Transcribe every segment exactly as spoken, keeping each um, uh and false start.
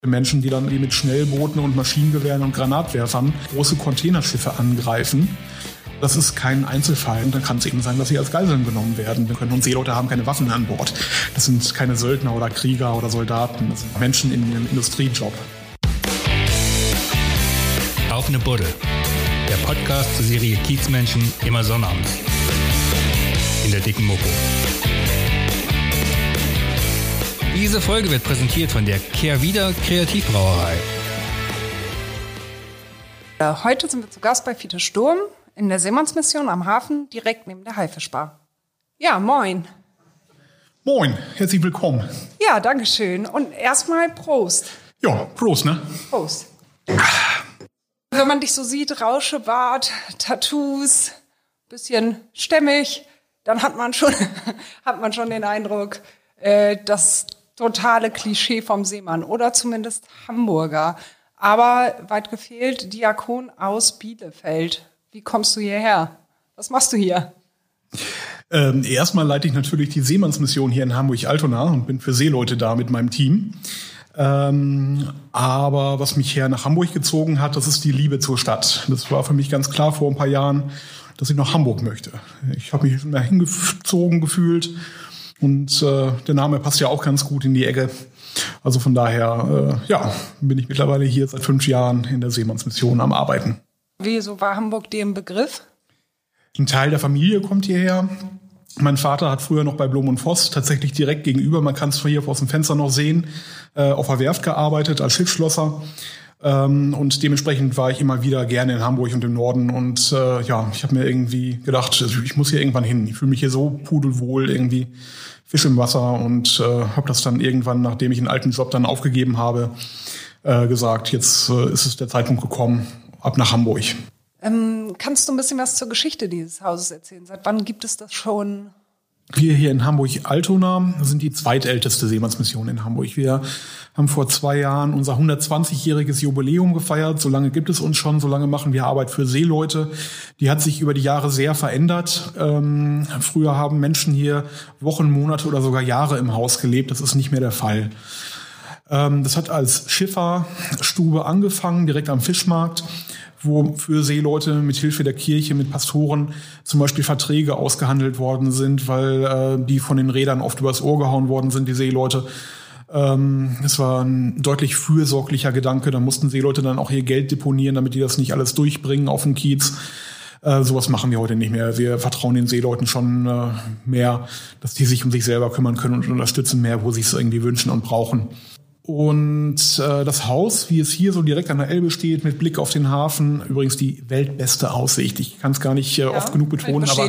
Menschen, die dann mit Schnellbooten und Maschinengewehren und Granatwerfern große Containerschiffe angreifen. Das ist kein Einzelfall. Und dann kann es eben sein, dass sie als Geiseln genommen werden. Wir können, und Seeleute haben keine Waffen an Bord. Das sind keine Söldner oder Krieger oder Soldaten. Das sind Menschen in einem Industriejob. Auf eine Buddel. Der Podcast zur Serie Kiezmenschen immer sonnabends. In der dicken Mopo. Diese Folge wird präsentiert von der Kehrwieder Kreativbrauerei. Heute sind wir zu Gast bei Fiete Sturm in der Seemannsmission am Hafen, direkt neben der Haifischbar. Ja, moin. Moin, herzlich willkommen. Ja, danke schön. Und erstmal Prost. Ja, Prost, ne? Prost. Wenn man dich so sieht, Rauschebart, Tattoos, bisschen stämmig, dann hat man schon, hat man schon den Eindruck, äh, das totale Klischee vom Seemann oder zumindest Hamburger. Aber weit gefehlt, Diakon aus Bielefeld. Wie kommst du hierher? Was machst du hier? Ähm, erstmal leite ich natürlich die Seemannsmission hier in Hamburg-Altona und bin für Seeleute da mit meinem Team. Ähm, aber was mich her nach Hamburg gezogen hat, das ist die Liebe zur Stadt. Das war für mich ganz klar vor ein paar Jahren, dass ich nach Hamburg möchte. Ich habe mich schon da hingezogen gefühlt und äh, der Name passt ja auch ganz gut in die Ecke. Also von daher, äh, ja, bin ich mittlerweile hier seit fünf Jahren in der Seemannsmission am Arbeiten. Wieso war Hamburg dir im Begriff? Ein Teil der Familie kommt hierher. Mein Vater hat früher noch bei Blom und Voss, tatsächlich direkt gegenüber, man kann es hier aus dem Fenster noch sehen, äh, auf der Werft gearbeitet als Schiffsschlosser. Ähm, und dementsprechend war ich immer wieder gerne in Hamburg und im Norden. Und äh, ja, ich habe mir irgendwie gedacht, ich muss hier irgendwann hin. Ich fühle mich hier so pudelwohl, irgendwie Fisch im Wasser. Und äh, habe das dann irgendwann, nachdem ich einen alten Job dann aufgegeben habe, äh, gesagt, jetzt äh, ist es der Zeitpunkt gekommen, ab nach Hamburg. Ähm, kannst du ein bisschen was zur Geschichte dieses Hauses erzählen? Seit wann gibt es das schon? Wir hier in Hamburg-Altona sind die zweitälteste Seemannsmission in Hamburg. Wir haben vor zwei Jahren unser hundertzwanzigjähriges Jubiläum gefeiert. So lange gibt es uns schon, so lange machen wir Arbeit für Seeleute. Die hat sich über die Jahre sehr verändert. Ähm, früher haben Menschen hier Wochen, Monate oder sogar Jahre im Haus gelebt. Das ist nicht mehr der Fall. Ähm, das hat als Schifferstube angefangen, direkt am Fischmarkt, wo für Seeleute mit Hilfe der Kirche, mit Pastoren zum Beispiel Verträge ausgehandelt worden sind, weil äh, die von den Rädern oft übers Ohr gehauen worden sind, die Seeleute. Ähm, es war ein deutlich fürsorglicher Gedanke. Da mussten Seeleute dann auch ihr Geld deponieren, damit die das nicht alles durchbringen auf dem Kiez. Äh, sowas machen wir heute nicht mehr. Wir vertrauen den Seeleuten schon äh, mehr, dass die sich um sich selber kümmern können und unterstützen mehr, wo sie es irgendwie wünschen und brauchen. Und äh, das Haus, wie es hier so direkt an der Elbe steht, mit Blick auf den Hafen, übrigens die weltbeste Aussicht. Ich kann es gar nicht äh, ja, oft genug betonen, aber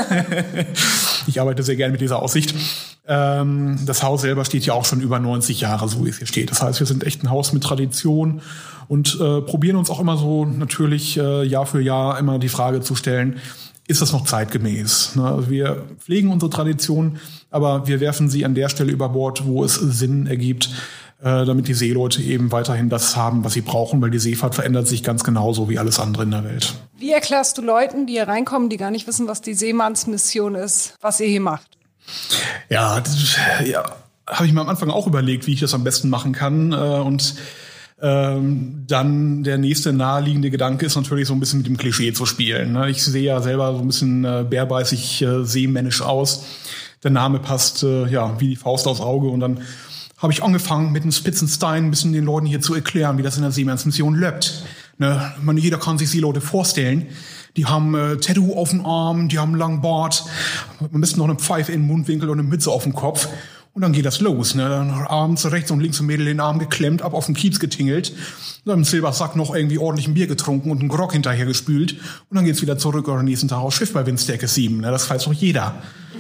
ich arbeite sehr gerne mit dieser Aussicht. Ähm, das Haus selber steht ja auch schon über neunzig Jahre, so wie es hier steht. Das heißt, wir sind echt ein Haus mit Tradition und äh, probieren uns auch immer so natürlich äh, Jahr für Jahr immer die Frage zu stellen, ist das noch zeitgemäß? Ne? Also wir pflegen unsere Tradition, aber wir werfen sie an der Stelle über Bord, wo es Sinn ergibt, damit die Seeleute eben weiterhin das haben, was sie brauchen, weil die Seefahrt verändert sich ganz genauso wie alles andere in der Welt. Wie erklärst du Leuten, die hier reinkommen, die gar nicht wissen, was die Seemannsmission ist, was ihr hier macht? Ja, das, ja, habe ich mir am Anfang auch überlegt, wie ich das am besten machen kann. Und ähm, dann der nächste naheliegende Gedanke ist natürlich so ein bisschen mit dem Klischee zu spielen. Ich sehe ja selber so ein bisschen äh, bärbeißig, äh, seemännisch aus. Der Name passt äh, ja wie die Faust aufs Auge und dann habe ich angefangen, mit einem Spitzenstein ein bisschen den Leuten hier zu erklären, wie das in der Seemannsmission läuft. Ne, man, jeder kann sich Seeleute vorstellen. Die haben äh, Tattoo auf dem Arm, die haben einen langen Bart, am besten noch eine Pfeife in den Mundwinkel und eine Mütze auf dem Kopf. Und dann geht das los. Ne? Dann abends rechts und links ein Mädel den Arm geklemmt, ab auf den Kiez getingelt. Dann im Silbersack noch irgendwie ordentlich ein Bier getrunken und einen Grog hinterher gespült. Und dann geht's wieder zurück oder nächsten Tag aufs Schiff bei Windstärke sieben. Ne? Das weiß doch jeder.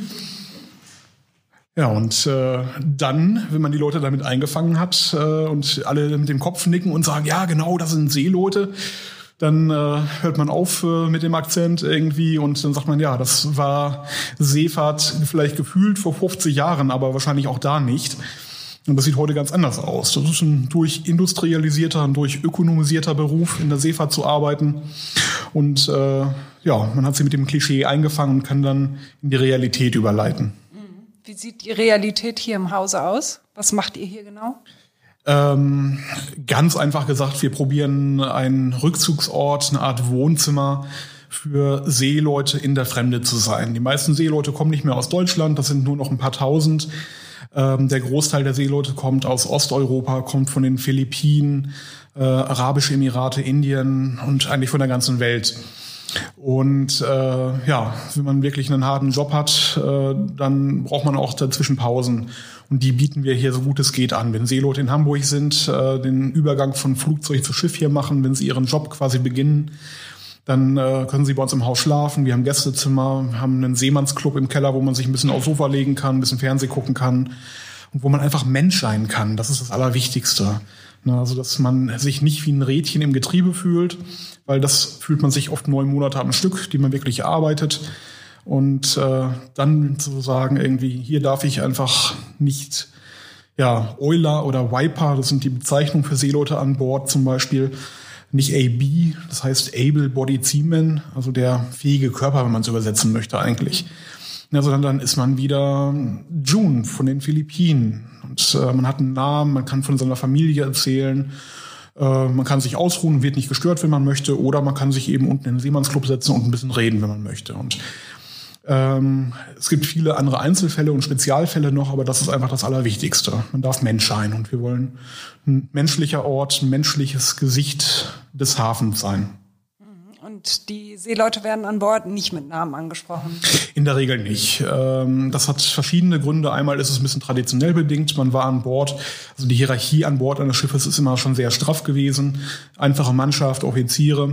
Ja, und äh, dann, wenn man die Leute damit eingefangen hat äh, und alle mit dem Kopf nicken und sagen, ja genau, das sind Seeleute, dann äh, hört man auf äh, mit dem Akzent irgendwie und dann sagt man, ja, das war Seefahrt vielleicht gefühlt vor fünfzig Jahren, aber wahrscheinlich auch da nicht. Und das sieht heute ganz anders aus. Das ist ein durchindustrialisierter, ein durchökonomisierter Beruf, in der Seefahrt zu arbeiten. Und äh, ja, man hat sie mit dem Klischee eingefangen und kann dann in die Realität überleiten. Wie sieht die Realität hier im Hause aus? Was macht ihr hier genau? Ähm, ganz einfach gesagt, wir probieren einen Rückzugsort, eine Art Wohnzimmer für Seeleute in der Fremde zu sein. Die meisten Seeleute kommen nicht mehr aus Deutschland, das sind nur noch ein paar tausend. Ähm, der Großteil der Seeleute kommt aus Osteuropa, kommt von den Philippinen, äh, Arabische Emirate, Indien und eigentlich von der ganzen Welt. Und äh, ja, wenn man wirklich einen harten Job hat, äh, dann braucht man auch dazwischen Pausen. Und die bieten wir hier so gut es geht an. Wenn Seeleute in Hamburg sind, äh, den Übergang von Flugzeug zu Schiff hier machen, wenn sie ihren Job quasi beginnen, dann äh, können sie bei uns im Haus schlafen. Wir haben Gästezimmer, wir haben einen Seemannsclub im Keller, wo man sich ein bisschen aufs Sofa legen kann, ein bisschen Fernsehen gucken kann und wo man einfach Mensch sein kann. Das ist das Allerwichtigste. Also, dass man sich nicht wie ein Rädchen im Getriebe fühlt, weil das fühlt man sich oft neun Monate am Stück, die man wirklich arbeitet. Und äh, dann zu sagen, irgendwie, hier darf ich einfach nicht, ja, Euler oder Viper, das sind die Bezeichnungen für Seeleute an Bord zum Beispiel, nicht A B, das heißt Able-Bodied Seaman, also der fähige Körper, wenn man es übersetzen möchte eigentlich. Ja, sondern dann ist man wieder June von den Philippinen. Und äh, man hat einen Namen, man kann von seiner Familie erzählen, äh, man kann sich ausruhen, wird nicht gestört, wenn man möchte, oder man kann sich eben unten in den Seemannsclub setzen und ein bisschen reden, wenn man möchte. Und ähm, es gibt viele andere Einzelfälle und Spezialfälle noch, aber das ist einfach das Allerwichtigste. Man darf Mensch sein und wir wollen ein menschlicher Ort, ein menschliches Gesicht des Hafens sein. Und die Seeleute werden an Bord nicht mit Namen angesprochen? In der Regel nicht. Das hat verschiedene Gründe. Einmal ist es ein bisschen traditionell bedingt. Man war an Bord, also die Hierarchie an Bord eines Schiffes ist immer schon sehr straff gewesen. Einfache Mannschaft, Offiziere.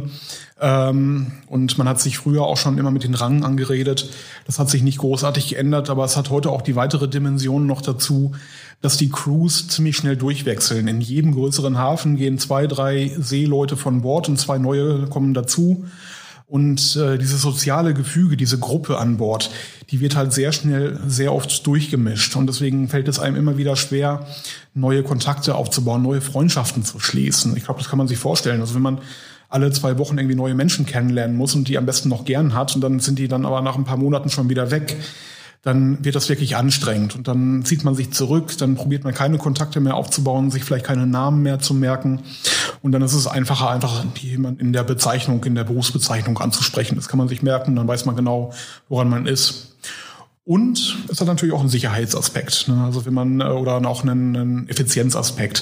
Und man hat sich früher auch schon immer mit den Rangen angeredet. Das hat sich nicht großartig geändert, aber es hat heute auch die weitere Dimension noch dazu, dass die Crews ziemlich schnell durchwechseln. In jedem größeren Hafen gehen zwei, drei Seeleute von Bord und zwei neue kommen dazu. Und äh, dieses soziale Gefüge, diese Gruppe an Bord, die wird halt sehr schnell, sehr oft durchgemischt. Und deswegen fällt es einem immer wieder schwer, neue Kontakte aufzubauen, neue Freundschaften zu schließen. Ich glaube, das kann man sich vorstellen. Also wenn man alle zwei Wochen irgendwie neue Menschen kennenlernen muss und die am besten noch gern hat und dann sind die dann aber nach ein paar Monaten schon wieder weg, dann wird das wirklich anstrengend. Und dann zieht man sich zurück, dann probiert man keine Kontakte mehr aufzubauen, sich vielleicht keine Namen mehr zu merken. Und dann ist es einfacher, einfach jemanden in der Bezeichnung, in der Berufsbezeichnung anzusprechen. Das kann man sich merken, dann weiß man genau, woran man ist. Und es hat natürlich auch einen Sicherheitsaspekt, ne? Also wenn man, oder auch einen, einen Effizienzaspekt.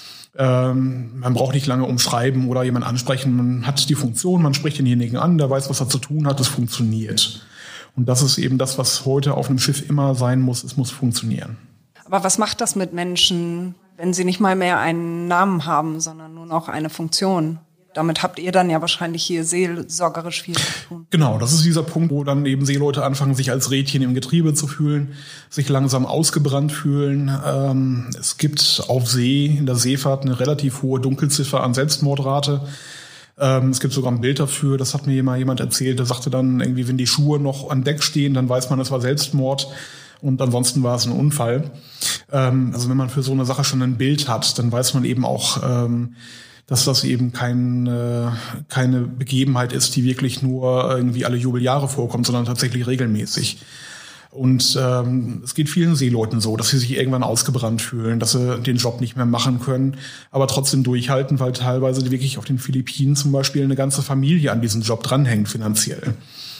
Ähm, man braucht nicht lange umschreiben oder jemanden ansprechen. Man hat die Funktion, man spricht denjenigen an, der weiß, was er zu tun hat, es funktioniert. Und das ist eben das, was heute auf einem Schiff immer sein muss. Es muss funktionieren. Aber was macht das mit Menschen, wenn sie nicht mal mehr einen Namen haben, sondern nur noch eine Funktion? Damit habt ihr dann ja wahrscheinlich hier seelsorgerisch viel zu tun. Genau, das ist dieser Punkt, wo dann eben Seeleute anfangen, sich als Rädchen im Getriebe zu fühlen, sich langsam ausgebrannt fühlen. Ähm, es gibt auf See, in der Seefahrt, eine relativ hohe Dunkelziffer an Selbstmordrate. Ähm, es gibt sogar ein Bild dafür, das hat mir mal jemand erzählt, der sagte dann irgendwie, wenn die Schuhe noch an Deck stehen, dann weiß man, es war Selbstmord und ansonsten war es ein Unfall. Ähm, also wenn man für so eine Sache schon ein Bild hat, dann weiß man eben auch, ähm, dass das eben kein, äh, keine Begebenheit ist, die wirklich nur irgendwie alle Jubeljahre vorkommt, sondern tatsächlich regelmäßig. Und ähm, es geht vielen Seeleuten so, dass sie sich irgendwann ausgebrannt fühlen, dass sie den Job nicht mehr machen können, aber trotzdem durchhalten, weil teilweise wirklich auf den Philippinen zum Beispiel eine ganze Familie an diesem Job dranhängt finanziell.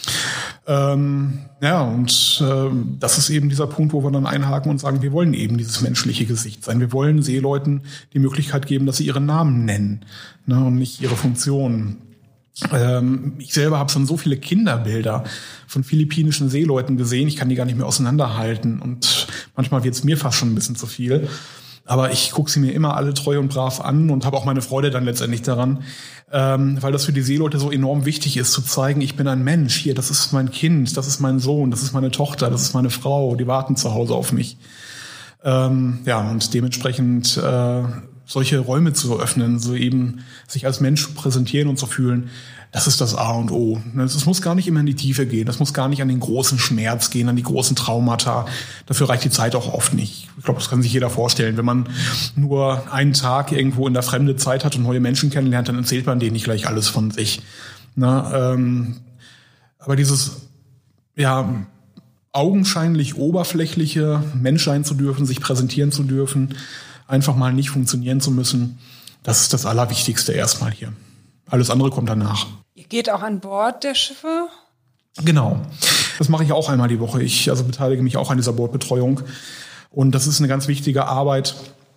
Ähm, ja, und äh, das ist eben dieser Punkt, wo wir dann einhaken und sagen, wir wollen eben dieses menschliche Gesicht sein. Wir wollen Seeleuten die Möglichkeit geben, dass sie ihren Namen nennen, ne, und nicht ihre Funktion. Ähm, ich selber habe schon so viele Kinderbilder von philippinischen Seeleuten gesehen, ich kann die gar nicht mehr auseinanderhalten und manchmal wird es mir fast schon ein bisschen zu viel. Aber ich gucke sie mir immer alle treu und brav an und habe auch meine Freude dann letztendlich daran, ähm, weil das für die Seeleute so enorm wichtig ist, zu zeigen, ich bin ein Mensch, hier, das ist mein Kind, das ist mein Sohn, das ist meine Tochter, das ist meine Frau, die warten zu Hause auf mich. Ähm, ja, und dementsprechend äh, solche Räume zu öffnen, so eben sich als Mensch präsentieren und zu fühlen, das ist das A und O. Es muss gar nicht immer in die Tiefe gehen, das muss gar nicht an den großen Schmerz gehen, an die großen Traumata. Dafür reicht die Zeit auch oft nicht. Ich glaube, das kann sich jeder vorstellen. Wenn man nur einen Tag irgendwo in der Fremde Zeit hat und neue Menschen kennenlernt, dann erzählt man denen nicht gleich alles von sich. Na, ähm, aber dieses, ja, augenscheinlich oberflächliche, Mensch sein zu dürfen, sich präsentieren zu dürfen, einfach mal nicht funktionieren zu müssen, das ist das Allerwichtigste erstmal hier. Alles andere kommt danach. Ihr geht auch an Bord der Schiffe? Genau. Das mache ich auch einmal die Woche. Ich also beteilige mich auch an dieser Bordbetreuung. Und das ist eine ganz wichtige Arbeit,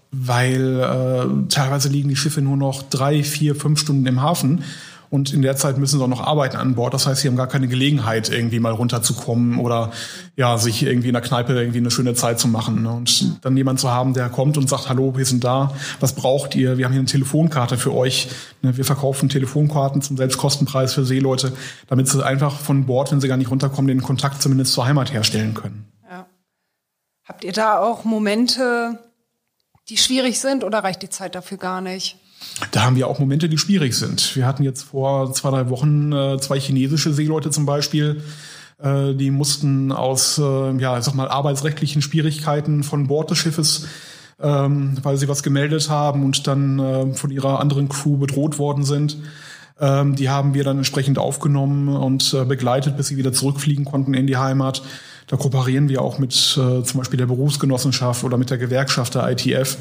weil äh, teilweise liegen die Schiffe nur noch drei, vier, fünf Stunden im Hafen. Und in der Zeit müssen sie auch noch arbeiten an Bord. Das heißt, sie haben gar keine Gelegenheit, irgendwie mal runterzukommen oder ja, sich irgendwie in der Kneipe irgendwie eine schöne Zeit zu machen. Und dann jemand zu haben, der kommt und sagt, hallo, wir sind da, was braucht ihr? Wir haben hier eine Telefonkarte für euch. Wir verkaufen Telefonkarten zum Selbstkostenpreis für Seeleute, damit sie einfach von Bord, wenn sie gar nicht runterkommen, den Kontakt zumindest zur Heimat herstellen können. Ja. Habt ihr da auch Momente, die schwierig sind, oder reicht die Zeit dafür gar nicht? Da haben wir auch Momente, die schwierig sind. Wir hatten jetzt vor zwei, drei Wochen äh, zwei chinesische Seeleute zum Beispiel, äh, die mussten aus, äh, ja, ich sag mal, arbeitsrechtlichen Schwierigkeiten von Bord des Schiffes, ähm, weil sie was gemeldet haben und dann äh, von ihrer anderen Crew bedroht worden sind. Ähm, die haben wir dann entsprechend aufgenommen und äh, begleitet, bis sie wieder zurückfliegen konnten in die Heimat. Da kooperieren wir auch mit äh, zum Beispiel der Berufsgenossenschaft oder mit der Gewerkschaft der I T F.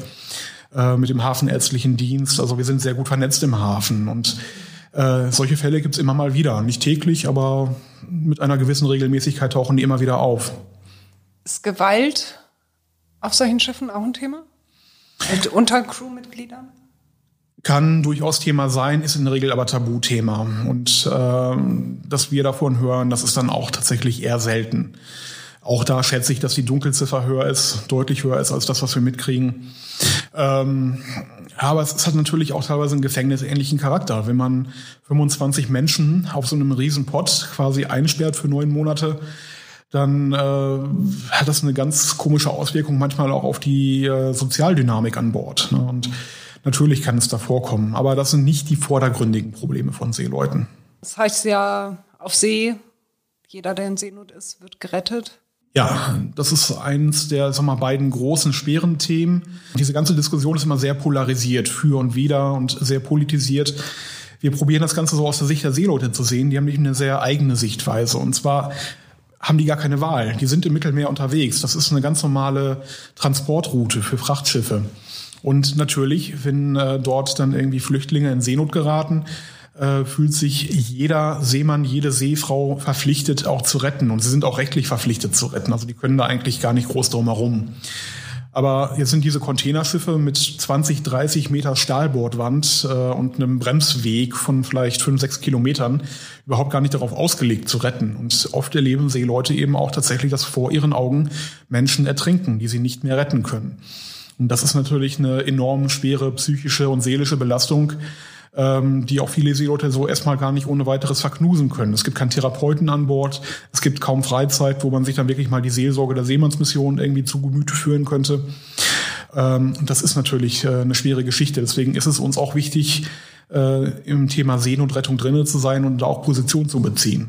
Mit dem Hafenärztlichen Dienst. Also wir sind sehr gut vernetzt im Hafen. Und äh, solche Fälle gibt's immer mal wieder. Nicht täglich, aber mit einer gewissen Regelmäßigkeit tauchen die immer wieder auf. Ist Gewalt auf solchen Schiffen auch ein Thema? Und unter Crewmitgliedern? Kann durchaus Thema sein, ist in der Regel aber Tabuthema. Und äh, dass wir davon hören, das ist dann auch tatsächlich eher selten. Auch da schätze ich, dass die Dunkelziffer höher ist, deutlich höher ist als das, was wir mitkriegen. Ähm, aber es hat natürlich auch teilweise einen gefängnisähnlichen Charakter. Wenn man fünfundzwanzig Menschen auf so einem riesen Pott quasi einsperrt für neun Monate, dann äh, hat das eine ganz komische Auswirkung manchmal auch auf die äh, Sozialdynamik an Bord. Ne? Und natürlich kann es da vorkommen, aber das sind nicht die vordergründigen Probleme von Seeleuten. Das heißt ja, auf See, jeder, der in Seenot ist, wird gerettet. Ja, das ist eins der, sag mal, beiden großen, schweren Themen. Diese ganze Diskussion ist immer sehr polarisiert, für und wider und sehr politisiert. Wir probieren das Ganze so aus der Sicht der Seeleute zu sehen. Die haben nämlich eine sehr eigene Sichtweise. Und zwar haben die gar keine Wahl. Die sind im Mittelmeer unterwegs. Das ist eine ganz normale Transportroute für Frachtschiffe. Und natürlich, wenn äh, dort dann irgendwie Flüchtlinge in Seenot geraten, Äh, fühlt sich jeder Seemann, jede Seefrau verpflichtet, auch zu retten. Und sie sind auch rechtlich verpflichtet zu retten. Also die können da eigentlich gar nicht groß drum herum. Aber jetzt sind diese Containerschiffe mit zwanzig, dreißig Meter Stahlbordwand äh, und einem Bremsweg von vielleicht fünf, sechs Kilometern überhaupt gar nicht darauf ausgelegt zu retten. Und oft erleben Seeleute eben auch tatsächlich, dass vor ihren Augen Menschen ertrinken, die sie nicht mehr retten können. Und das ist natürlich eine enorm schwere psychische und seelische Belastung, die auch viele Seeleute so erstmal gar nicht ohne weiteres verknusen können. Es gibt keinen Therapeuten an Bord, es gibt kaum Freizeit, wo man sich dann wirklich mal die Seelsorge der Seemannsmission irgendwie zu Gemüte führen könnte. Und das ist natürlich eine schwere Geschichte. Deswegen ist es uns auch wichtig, im Thema Seenotrettung drinne zu sein und da auch Position zu beziehen.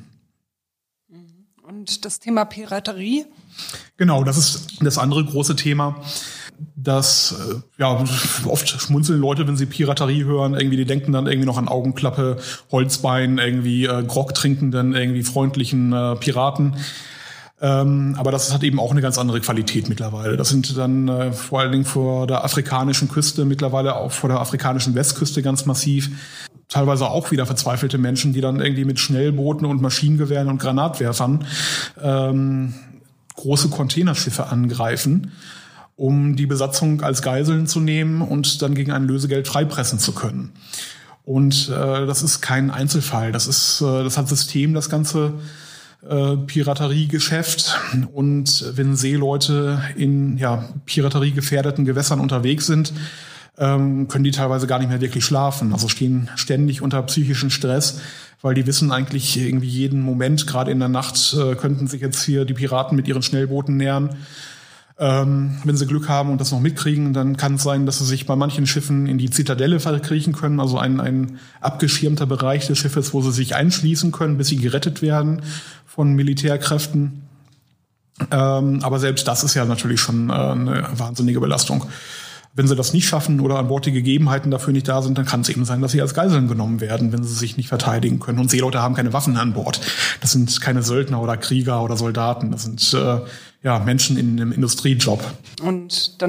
Und das Thema Piraterie? Genau, das ist das andere große Thema. Dass ja oft schmunzeln Leute, wenn sie Piraterie hören, irgendwie die denken dann irgendwie noch an Augenklappe, Holzbein, irgendwie äh, Grog trinkenden, irgendwie freundlichen äh, Piraten. Ähm, aber das hat eben auch eine ganz andere Qualität mittlerweile. Das sind dann äh, vor allen Dingen vor der afrikanischen Küste, mittlerweile auch vor der afrikanischen Westküste ganz massiv. Teilweise auch wieder verzweifelte Menschen, die dann irgendwie mit Schnellbooten und Maschinengewehren und Granatwerfern ähm, große Containerschiffe angreifen, um die Besatzung als Geiseln zu nehmen und dann gegen ein Lösegeld freipressen zu können. Und äh, das ist kein Einzelfall. Das ist, äh, das hat System, das ganze äh, Pirateriegeschäft. Und wenn Seeleute in ja pirateriegefährdeten Gewässern unterwegs sind, ähm, können die teilweise gar nicht mehr wirklich schlafen. Also stehen ständig unter psychischen Stress, weil die wissen eigentlich irgendwie jeden Moment, gerade in der Nacht, äh, könnten sich jetzt hier die Piraten mit ihren Schnellbooten nähern. Ähm, wenn sie Glück haben und das noch mitkriegen, dann kann es sein, dass sie sich bei manchen Schiffen in die Zitadelle verkriechen können, also ein, ein abgeschirmter Bereich des Schiffes, wo sie sich einschließen können, bis sie gerettet werden von Militärkräften. Ähm, aber selbst das ist ja natürlich schon äh, eine wahnsinnige Belastung. Wenn sie das nicht schaffen oder an Bord die Gegebenheiten dafür nicht da sind, dann kann es eben sein, dass sie als Geiseln genommen werden, wenn sie sich nicht verteidigen können. Und Seeleute haben keine Waffen an Bord. Das sind keine Söldner oder Krieger oder Soldaten. Das sind äh, ja Menschen in einem Industriejob. Und dann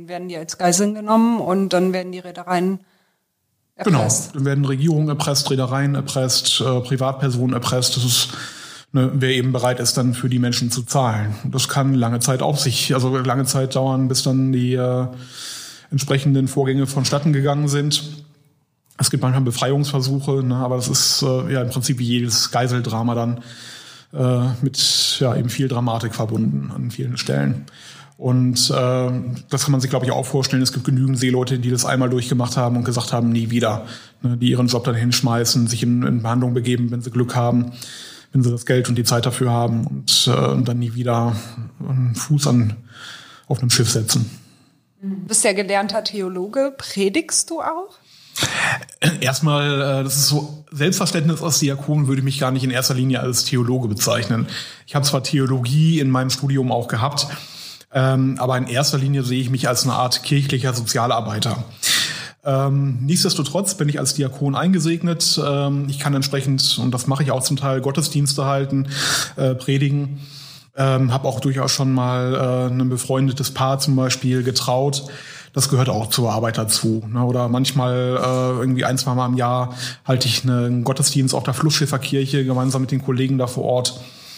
dann werden die als Geiseln genommen und dann werden die Reedereien erpresst. Genau, dann werden Regierungen erpresst, Reedereien erpresst, äh, Privatpersonen erpresst. Das ist, ne, wer eben bereit ist, dann für die Menschen zu zahlen. Das kann lange Zeit auf sich, also lange Zeit dauern, bis dann die äh, entsprechenden Vorgänge vonstatten gegangen sind. Es gibt manchmal Befreiungsversuche, ne, aber das ist äh, ja im Prinzip wie jedes Geiseldrama dann äh, mit ja eben viel Dramatik verbunden an vielen Stellen. Und äh, das kann man sich, glaube ich, auch vorstellen. Es gibt genügend Seeleute, die das einmal durchgemacht haben und gesagt haben, nie wieder. Ne, die ihren Job dann hinschmeißen, sich in, in Behandlung begeben, wenn sie Glück haben, wenn sie das Geld und die Zeit dafür haben und äh, dann nie wieder einen Fuß an, auf einem Schiff setzen. Du bist ja gelernter Theologe. Predigst du auch? Erstmal, das ist so Selbstverständnis als Diakon, würde ich mich gar nicht in erster Linie als Theologe bezeichnen. Ich habe zwar Theologie in meinem Studium auch gehabt, aber in erster Linie sehe ich mich als eine Art kirchlicher Sozialarbeiter. Nichtsdestotrotz bin ich als Diakon eingesegnet. Ich kann entsprechend, und das mache ich auch zum Teil, Gottesdienste halten, predigen. Habe auch durchaus schon mal ein befreundetes Paar zum Beispiel getraut. Das gehört auch zur Arbeit dazu. Ne? Oder manchmal äh, irgendwie ein, zwei Mal im Jahr halte ich einen Gottesdienst auf der Flussschifferkirche gemeinsam mit den Kollegen da vor Ort.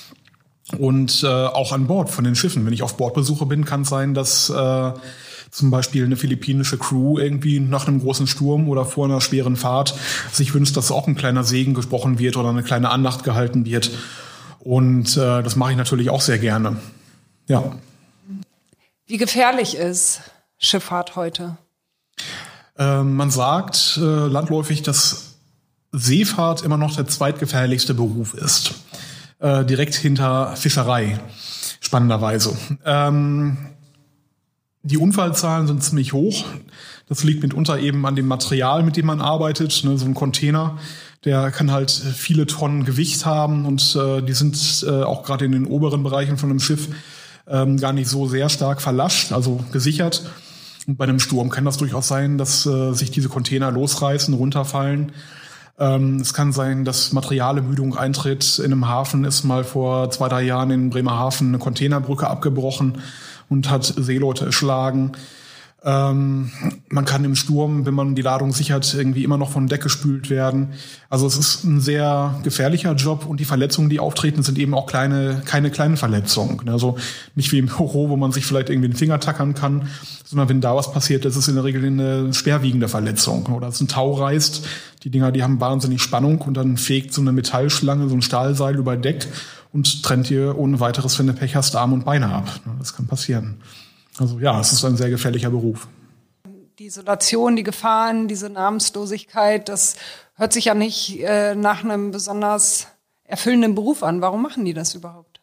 Und äh, auch an Bord von den Schiffen. Wenn ich auf Bordbesuche bin, kann es sein, dass äh, zum Beispiel eine philippinische Crew irgendwie nach einem großen Sturm oder vor einer schweren Fahrt sich wünscht, dass auch ein kleiner Segen gesprochen wird oder eine kleine Andacht gehalten wird. Und äh, das mache ich natürlich auch sehr gerne. Ja. Wie gefährlich ist Schifffahrt heute? Äh, man sagt äh, landläufig, dass Seefahrt immer noch der zweitgefährlichste Beruf ist. Äh, direkt hinter Fischerei, spannenderweise. Ähm, die Unfallzahlen sind ziemlich hoch. Das liegt mitunter eben an dem Material, mit dem man arbeitet. Ne, so ein Container, der kann halt viele Tonnen Gewicht haben und äh, die sind äh, auch gerade in den oberen Bereichen von einem Schiff ähm, gar nicht so sehr stark verlascht, also gesichert. Und bei einem Sturm kann das durchaus sein, dass äh, sich diese Container losreißen, runterfallen. Ähm, es kann sein, dass Materialermüdung eintritt. In einem Hafen ist mal vor zwei, drei Jahren in Bremerhaven eine Containerbrücke abgebrochen und hat Seeleute erschlagen. Ähm, man kann im Sturm, wenn man die Ladung sichert, irgendwie immer noch von Deck gespült werden. Also es ist ein sehr gefährlicher Job und die Verletzungen, die auftreten, sind eben auch kleine, keine kleinen Verletzungen. Also nicht wie im Büro, wo man sich vielleicht irgendwie den Finger tackern kann, sondern wenn da was passiert, das ist in der Regel eine schwerwiegende Verletzung. Oder es ein Tau reißt, die Dinger, die haben wahnsinnig Spannung und dann fegt so eine Metallschlange, so ein Stahlseil über Deck und trennt dir ohne weiteres, wenn du Pech hast, Arme und Beine ab. Das kann passieren. Also ja, es ist ein sehr gefährlicher Beruf. Die Isolation, die Gefahren, diese Namenlosigkeit, das hört sich ja nicht äh, nach einem besonders erfüllenden Beruf an. Warum machen die das überhaupt?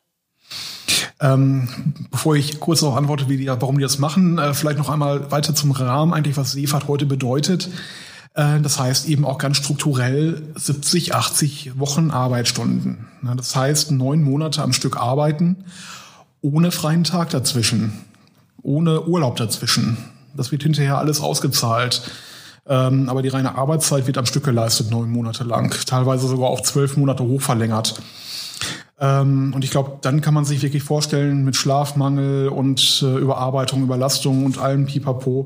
Ähm, bevor ich kurz noch antworte, wie die, warum die das machen, äh, vielleicht noch einmal weiter zum Rahmen, eigentlich was Seefahrt heute bedeutet. Äh, das heißt eben auch ganz strukturell siebzig, achtzig Wochen Arbeitsstunden. Na, das heißt neun Monate am Stück arbeiten, ohne freien Tag dazwischen. Ohne Urlaub dazwischen. Das wird hinterher alles ausgezahlt. Ähm, aber die reine Arbeitszeit wird am Stück geleistet, neun Monate lang. Teilweise sogar auf zwölf Monate hochverlängert. Ähm, und ich glaube, dann kann man sich wirklich vorstellen, mit Schlafmangel und äh, Überarbeitung, Überlastung und allem Pipapo,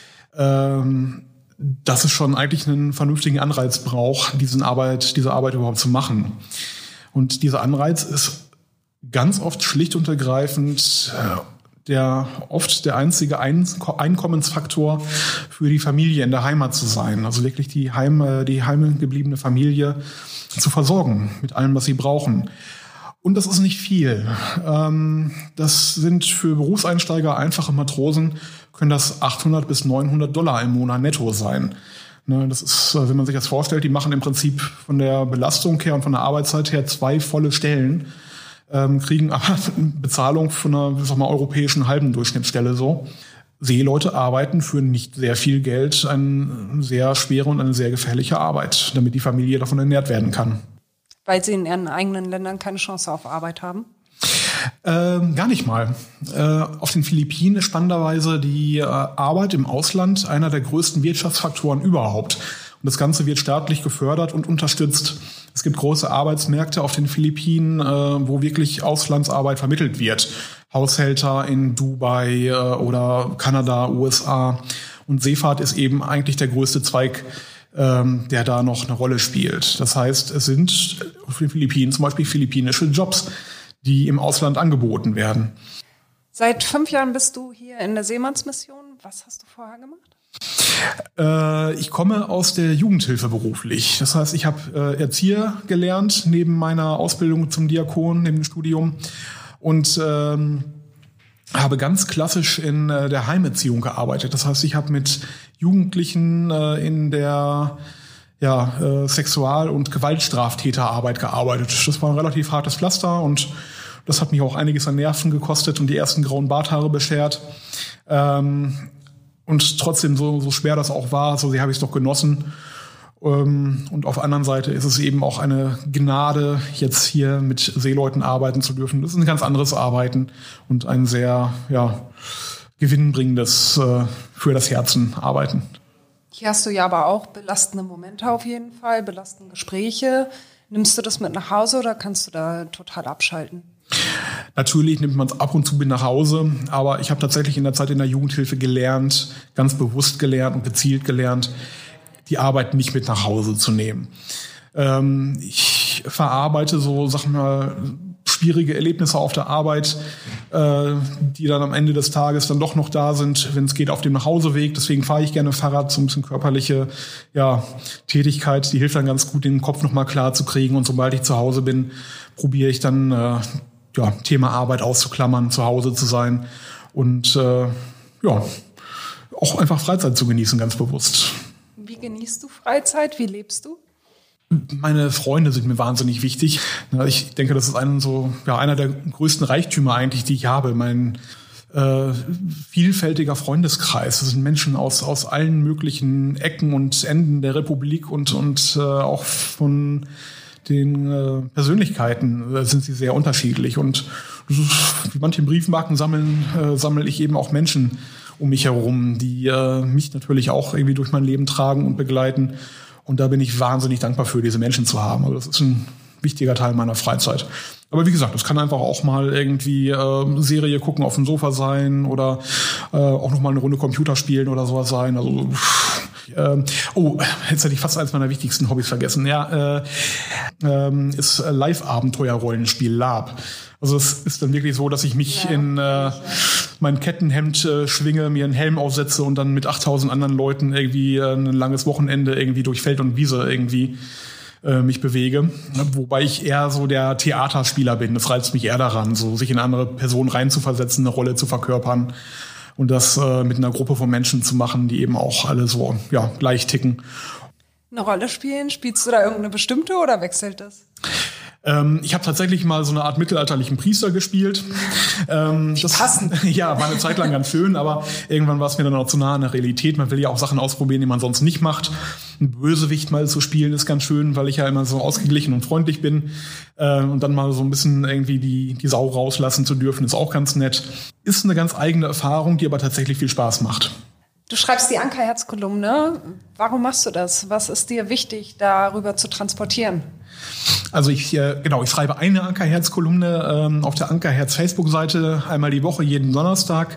ähm, dass es schon eigentlich einen vernünftigen Anreiz braucht, diesen Arbeit, diese Arbeit überhaupt zu machen. Und dieser Anreiz ist ganz oft schlicht und ergreifend äh, der oft der einzige Einkommensfaktor für die Familie in der Heimat zu sein. Also wirklich die Heim, die heimgebliebene Familie zu versorgen mit allem, was sie brauchen. Und das ist nicht viel. Das sind für Berufseinsteiger, einfache Matrosen, können das achthundert bis neunhundert Dollar im Monat netto sein. Das ist, wenn man sich das vorstellt, die machen im Prinzip von der Belastung her und von der Arbeitszeit her zwei volle Stellen. Ähm, kriegen aber Bezahlung von einer, ich sag mal, europäischen halben Durchschnittsstelle so. Seeleute arbeiten für nicht sehr viel Geld eine sehr schwere und eine sehr gefährliche Arbeit, damit die Familie davon ernährt werden kann. Weil sie in ihren eigenen Ländern keine Chance auf Arbeit haben? Ähm, gar nicht mal. Äh, auf den Philippinen ist spannenderweise die äh, Arbeit im Ausland einer der größten Wirtschaftsfaktoren überhaupt. das Ganze wird staatlich gefördert und unterstützt. Es gibt große Arbeitsmärkte auf den Philippinen, äh, wo wirklich Auslandsarbeit vermittelt wird. Haushälter in Dubai äh, oder Kanada, U S A. Und Seefahrt ist eben eigentlich der größte Zweig, ähm, der da noch eine Rolle spielt. Das heißt, es sind auf den Philippinen zum Beispiel philippinische Jobs, die im Ausland angeboten werden. Seit fünf Jahren bist du hier in der Seemannsmission. Was hast du vorher gemacht? Äh, ich komme aus der Jugendhilfe beruflich. Das heißt, ich habe äh, Erzieher gelernt, neben meiner Ausbildung zum Diakon, neben dem Studium. Und ähm, habe ganz klassisch in äh, der Heimerziehung gearbeitet. Das heißt, ich habe mit Jugendlichen äh, in der ja, äh, Sexual- und Gewaltstraftäterarbeit gearbeitet. Das war ein relativ hartes Pflaster und das hat mich auch einiges an Nerven gekostet und die ersten grauen Barthaare beschert. Ähm, und trotzdem, so, so schwer das auch war, so sehr habe ich es doch genossen. Ähm, und auf der anderen Seite ist es eben auch eine Gnade, jetzt hier mit Seeleuten arbeiten zu dürfen. Das ist ein ganz anderes Arbeiten und ein sehr ja, gewinnbringendes äh, für das Herzen Arbeiten. Hier hast du ja aber auch belastende Momente auf jeden Fall, belastende Gespräche. Nimmst du das mit nach Hause oder kannst du da total abschalten? Natürlich nimmt man es ab und zu mit nach Hause, aber ich habe tatsächlich in der Zeit in der Jugendhilfe gelernt, ganz bewusst gelernt und gezielt gelernt, die Arbeit nicht mit nach Hause zu nehmen. Ähm, ich verarbeite so, sag mal, schwierige Erlebnisse auf der Arbeit, äh, die dann am Ende des Tages dann doch noch da sind, wenn es geht, auf dem Nachhauseweg. Deswegen fahre ich gerne Fahrrad, so ein bisschen körperliche ja, Tätigkeit. Die hilft dann ganz gut, den Kopf nochmal klar zu kriegen. Und sobald ich zu Hause bin, probiere ich dann äh, ja, Thema Arbeit auszuklammern, zu Hause zu sein und äh, ja, auch einfach Freizeit zu genießen, ganz bewusst. Wie genießt du Freizeit? Wie lebst du? Meine Freunde sind mir wahnsinnig wichtig. Ich denke, das ist ein, so, ja, einer der größten Reichtümer eigentlich, die ich habe. Mein äh, vielfältiger Freundeskreis. Das sind Menschen aus, aus allen möglichen Ecken und Enden der Republik und, und äh, auch von den äh, Persönlichkeiten äh, sind sie sehr unterschiedlich. Und das ist, wie manche Briefmarken sammeln, äh, sammle ich eben auch Menschen um mich herum, die äh, mich natürlich auch irgendwie durch mein Leben tragen und begleiten. Und da bin ich wahnsinnig dankbar für, diese Menschen zu haben. Also das ist ein wichtiger Teil meiner Freizeit. Aber wie gesagt, das kann einfach auch mal irgendwie äh, Serie gucken auf dem Sofa sein oder äh, auch noch mal eine Runde Computer spielen oder sowas sein. Also äh, oh, jetzt hätte ich fast eins meiner wichtigsten Hobbys vergessen. Ja, äh, äh, ist Live-Abenteuer-Rollenspiel Lab. Also es ist dann wirklich so, dass ich mich ja. in äh, mein Kettenhemd äh, schwinge, mir einen Helm aufsetze und dann mit achttausend anderen Leuten irgendwie äh, ein langes Wochenende irgendwie durch Feld und Wiese irgendwie äh, mich bewege. Wobei ich eher so der Theaterspieler bin. Das reizt mich eher daran, so sich in andere Personen reinzuversetzen, eine Rolle zu verkörpern und das äh, mit einer Gruppe von Menschen zu machen, die eben auch alle so ja gleich ticken. Eine Rolle spielen? Spielst du da irgendeine bestimmte oder wechselt das? Ähm, ich habe tatsächlich mal so eine Art mittelalterlichen Priester gespielt. Ähm, das, passend. Ja, war eine Zeit lang ganz schön, aber irgendwann war es mir dann auch zu nah an der Realität. Man will ja auch Sachen ausprobieren, die man sonst nicht macht. Ein Bösewicht mal zu spielen ist ganz schön, weil ich ja immer so ausgeglichen und freundlich bin. Äh, und dann mal so ein bisschen irgendwie die, die Sau rauslassen zu dürfen, ist auch ganz nett. Ist eine ganz eigene Erfahrung, die aber tatsächlich viel Spaß macht. Du schreibst die Ankerherz-Kolumne. Warum machst du das? Was ist dir wichtig, darüber zu transportieren? Also ich, äh, genau, ich schreibe eine Ankerherz-Kolumne ähm, auf der Ankerherz-Facebook-Seite einmal die Woche, jeden Donnerstag.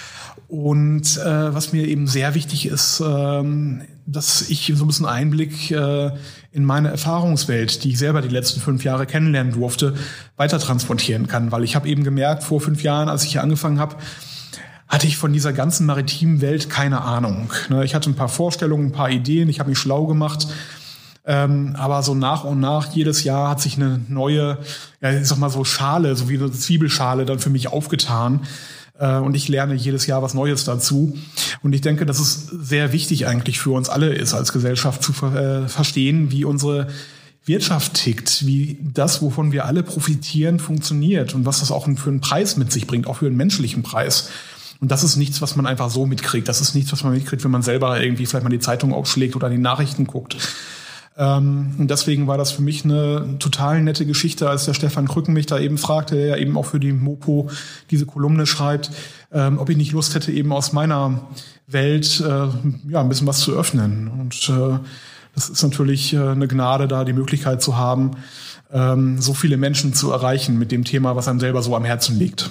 Und äh, was mir eben sehr wichtig ist, ähm, dass ich so ein bisschen Einblick äh, in meine Erfahrungswelt, die ich selber die letzten fünf Jahre kennenlernen durfte, weiter transportieren kann. Weil ich habe eben gemerkt, vor fünf Jahren, als ich hier angefangen habe, hatte ich von dieser ganzen maritimen Welt keine Ahnung. Ich hatte ein paar Vorstellungen, ein paar Ideen, ich habe mich schlau gemacht. Ähm, aber so nach und nach, jedes Jahr hat sich eine neue, ja, ich sag mal so Schale, so wie eine Zwiebelschale dann für mich aufgetan. Äh, und ich lerne jedes Jahr was Neues dazu. Und ich denke, dass es sehr wichtig eigentlich für uns alle ist, als Gesellschaft zu ver- äh, verstehen, wie unsere Wirtschaft tickt, wie das, wovon wir alle profitieren, funktioniert und was das auch für einen Preis mit sich bringt, auch für einen menschlichen Preis. Und das ist nichts, was man einfach so mitkriegt. Das ist nichts, was man mitkriegt, wenn man selber irgendwie vielleicht mal die Zeitung aufschlägt oder die Nachrichten guckt. Ähm, und deswegen war das für mich eine total nette Geschichte, als der Stefan Krücken mich da eben fragte, der ja eben auch für die Mopo diese Kolumne schreibt, ähm, ob ich nicht Lust hätte, eben aus meiner Welt äh, ja ein bisschen was zu öffnen. Und äh, Das ist natürlich eine Gnade, da die Möglichkeit zu haben, so viele Menschen zu erreichen mit dem Thema, was einem selber so am Herzen liegt.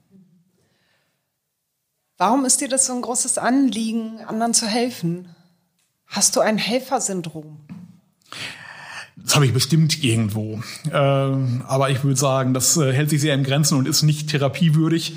Warum ist dir das so ein großes Anliegen, anderen zu helfen? Hast du ein Helfersyndrom? Das habe ich bestimmt irgendwo. Ähm, aber ich würde sagen, das äh, hält sich sehr in Grenzen und ist nicht therapiewürdig.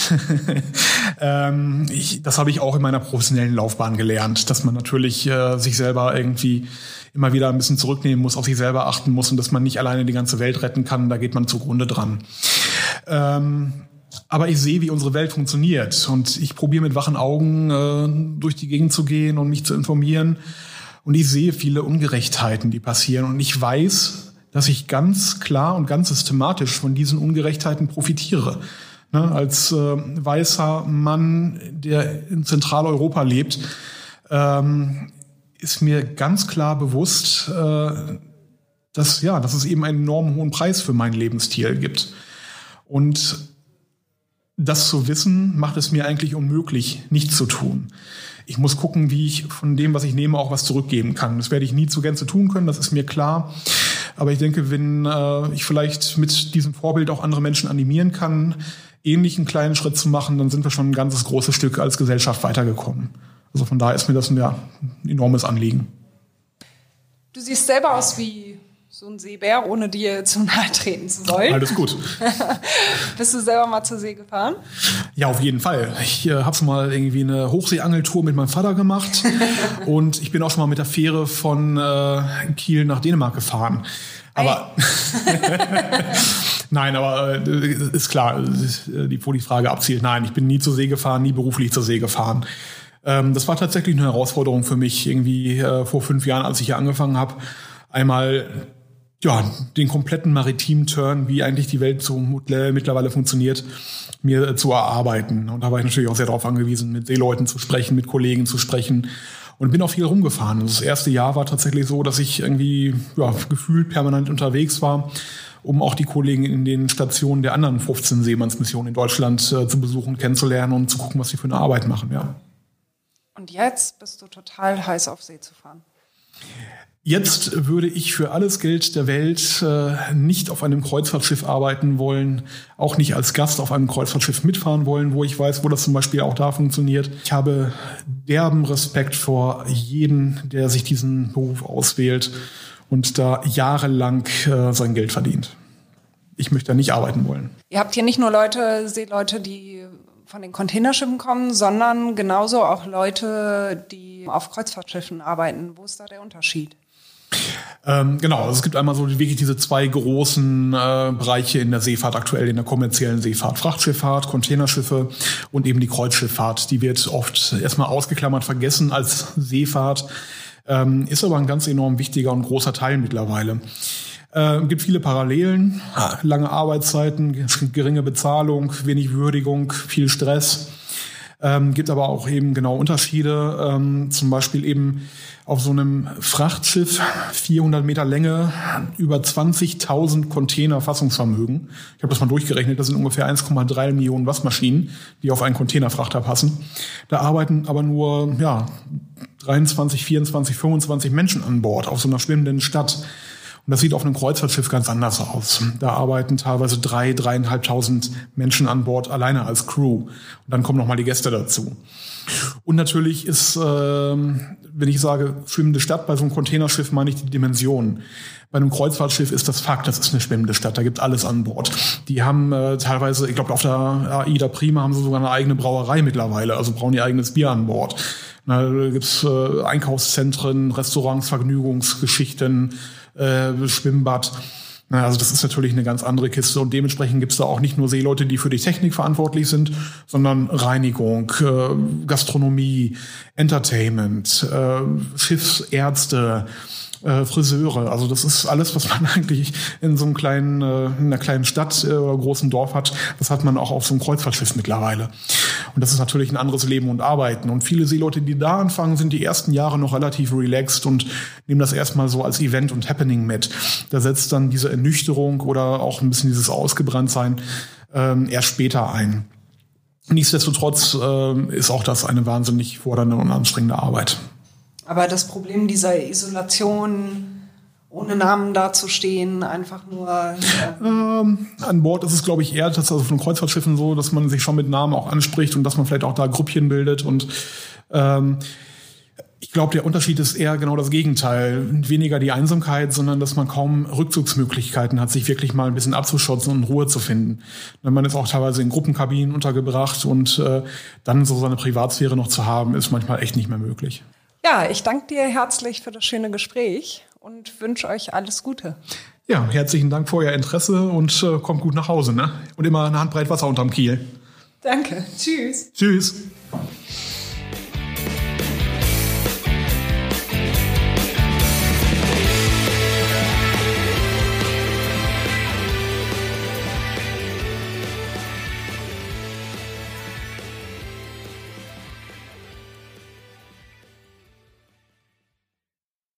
ähm, ich, das habe ich auch in meiner professionellen Laufbahn gelernt, dass man natürlich äh, sich selber irgendwie immer wieder ein bisschen zurücknehmen muss, auf sich selber achten muss und dass man nicht alleine die ganze Welt retten kann. Da geht man zugrunde dran. Ähm, aber ich sehe, wie unsere Welt funktioniert und ich probiere mit wachen Augen äh, durch die Gegend zu gehen und mich zu informieren. Und ich sehe viele Ungerechtheiten, die passieren. Und ich weiß, dass ich ganz klar und ganz systematisch von diesen Ungerechtheiten profitiere. Ne, als äh, weißer Mann, der in Zentraleuropa lebt, ähm, ist mir ganz klar bewusst, äh, dass, ja, dass es eben einen enorm hohen Preis für meinen Lebensstil gibt. Und das zu wissen, macht es mir eigentlich unmöglich, nichts zu tun. Ich muss gucken, wie ich von dem, was ich nehme, auch was zurückgeben kann. Das werde ich nie zur Gänze tun können, das ist mir klar. Aber ich denke, wenn äh, ich vielleicht mit diesem Vorbild auch andere Menschen animieren kann, ähnlich einen kleinen Schritt zu machen, dann sind wir schon ein ganzes großes Stück als Gesellschaft weitergekommen. Also von daher ist mir das ein, ja, ein enormes Anliegen. Du siehst selber aus wie so ein Seebär, ohne dir zu nahe treten zu wollen. Alles gut. Bist du selber mal zur See gefahren? Ja, auf jeden Fall. Ich äh, habe schon mal irgendwie eine Hochseeangeltour mit meinem Vater gemacht und ich bin auch schon mal mit der Fähre von äh, Kiel nach Dänemark gefahren. Aber nein, aber äh, ist klar, die, wo die Frage abzielt. Nein, ich bin nie zur See gefahren, nie beruflich zur See gefahren. Ähm, das war tatsächlich eine Herausforderung für mich, irgendwie äh, vor fünf Jahren, als ich hier angefangen habe, einmal ja, den kompletten maritimen Turn, wie eigentlich die Welt so mittlerweile funktioniert, mir zu erarbeiten. Und da war ich natürlich auch sehr darauf angewiesen, mit Seeleuten zu sprechen, mit Kollegen zu sprechen und bin auch viel rumgefahren. Das erste Jahr war tatsächlich so, dass ich irgendwie ja, gefühlt permanent unterwegs war, um auch die Kollegen in den Stationen der anderen fünfzehn Seemannsmissionen in Deutschland äh, zu besuchen, kennenzulernen und zu gucken, was sie für eine Arbeit machen. Ja. Und jetzt bist du total heiß auf See zu fahren? Jetzt würde ich für alles Geld der Welt äh, nicht auf einem Kreuzfahrtschiff arbeiten wollen, auch nicht als Gast auf einem Kreuzfahrtschiff mitfahren wollen, wo ich weiß, wo das zum Beispiel auch da funktioniert. Ich habe derben Respekt vor jedem, der sich diesen Beruf auswählt und da jahrelang äh, sein Geld verdient. Ich möchte da nicht arbeiten wollen. Ihr habt hier nicht nur Leute, Seeleute, die von den Containerschiffen kommen, sondern genauso auch Leute, die auf Kreuzfahrtschiffen arbeiten. Wo ist da der Unterschied? Ähm, genau, also es gibt einmal so wirklich diese zwei großen äh, Bereiche in der Seefahrt aktuell, in der kommerziellen Seefahrt. Frachtschifffahrt, Containerschiffe und eben die Kreuzschifffahrt. Die wird oft erstmal ausgeklammert, vergessen als Seefahrt, ähm, ist aber ein ganz enorm wichtiger und großer Teil mittlerweile. Es äh, gibt viele Parallelen, lange Arbeitszeiten, geringe Bezahlung, wenig Würdigung, viel Stress. Ähm, gibt aber auch eben genau Unterschiede, ähm, zum Beispiel eben auf so einem Frachtschiff, vierhundert Meter Länge, über zwanzigtausend Container Fassungsvermögen. Ich habe das mal durchgerechnet, das sind ungefähr eins Komma drei Millionen Waschmaschinen, die auf einen Containerfrachter passen. Da arbeiten aber nur ja, dreiundzwanzig, vierundzwanzig, fünfundzwanzig Menschen an Bord auf so einer schwimmenden Stadt. Und das sieht auf einem Kreuzfahrtschiff ganz anders aus. Da arbeiten teilweise drei, dreieinhalbtausend Menschen an Bord alleine als Crew. Und dann kommen nochmal die Gäste dazu. Und natürlich ist, äh, wenn ich sage schwimmende Stadt, bei so einem Containerschiff meine ich die Dimension. Bei einem Kreuzfahrtschiff ist das Fakt, das ist eine schwimmende Stadt, da gibt alles an Bord. Die haben äh, teilweise, ich glaube auf der Aida Prima haben sie sogar eine eigene Brauerei mittlerweile, also brauchen ihr eigenes Bier an Bord. Na, da gibt's äh, Einkaufszentren, Restaurants, Vergnügungsgeschichten, äh, Schwimmbad. Na, also das ist natürlich eine ganz andere Kiste und dementsprechend gibt's da auch nicht nur Seeleute, die für die Technik verantwortlich sind, sondern Reinigung, äh, Gastronomie, Entertainment, äh, Schiffsärzte, äh, Friseure. Also das ist alles, was man eigentlich in so einem kleinen, äh, in einer kleinen Stadt äh, oder großen Dorf hat. Das hat man auch auf so einem Kreuzfahrtschiff mittlerweile. Und das ist natürlich ein anderes Leben und Arbeiten. Und viele Seeleute, die da anfangen, sind die ersten Jahre noch relativ relaxed und nehmen das erstmal so als Event und Happening mit. Da setzt dann diese Ernüchterung oder auch ein bisschen dieses Ausgebranntsein ähm, erst später ein. Nichtsdestotrotz äh, ist auch das eine wahnsinnig fordernde und anstrengende Arbeit. Aber das Problem dieser Isolation, ohne Namen dazustehen, einfach nur... Ja. Ähm, an Bord ist es, glaube ich, eher, dass also von Kreuzfahrtschiffen so, dass man sich schon mit Namen auch anspricht und dass man vielleicht auch da Gruppchen bildet. Und ähm, ich glaube, der Unterschied ist eher genau das Gegenteil. Weniger die Einsamkeit, sondern dass man kaum Rückzugsmöglichkeiten hat, sich wirklich mal ein bisschen abzuschotten und Ruhe zu finden. Man ist auch teilweise in Gruppenkabinen untergebracht und äh, dann so seine Privatsphäre noch zu haben, ist manchmal echt nicht mehr möglich. Ja, ich danke dir herzlich für das schöne Gespräch und wünsche euch alles Gute. Ja, herzlichen Dank für euer Interesse und äh, kommt gut nach Hause, ne? Und immer eine Handbreit Wasser unterm Kiel. Danke. Tschüss. Tschüss.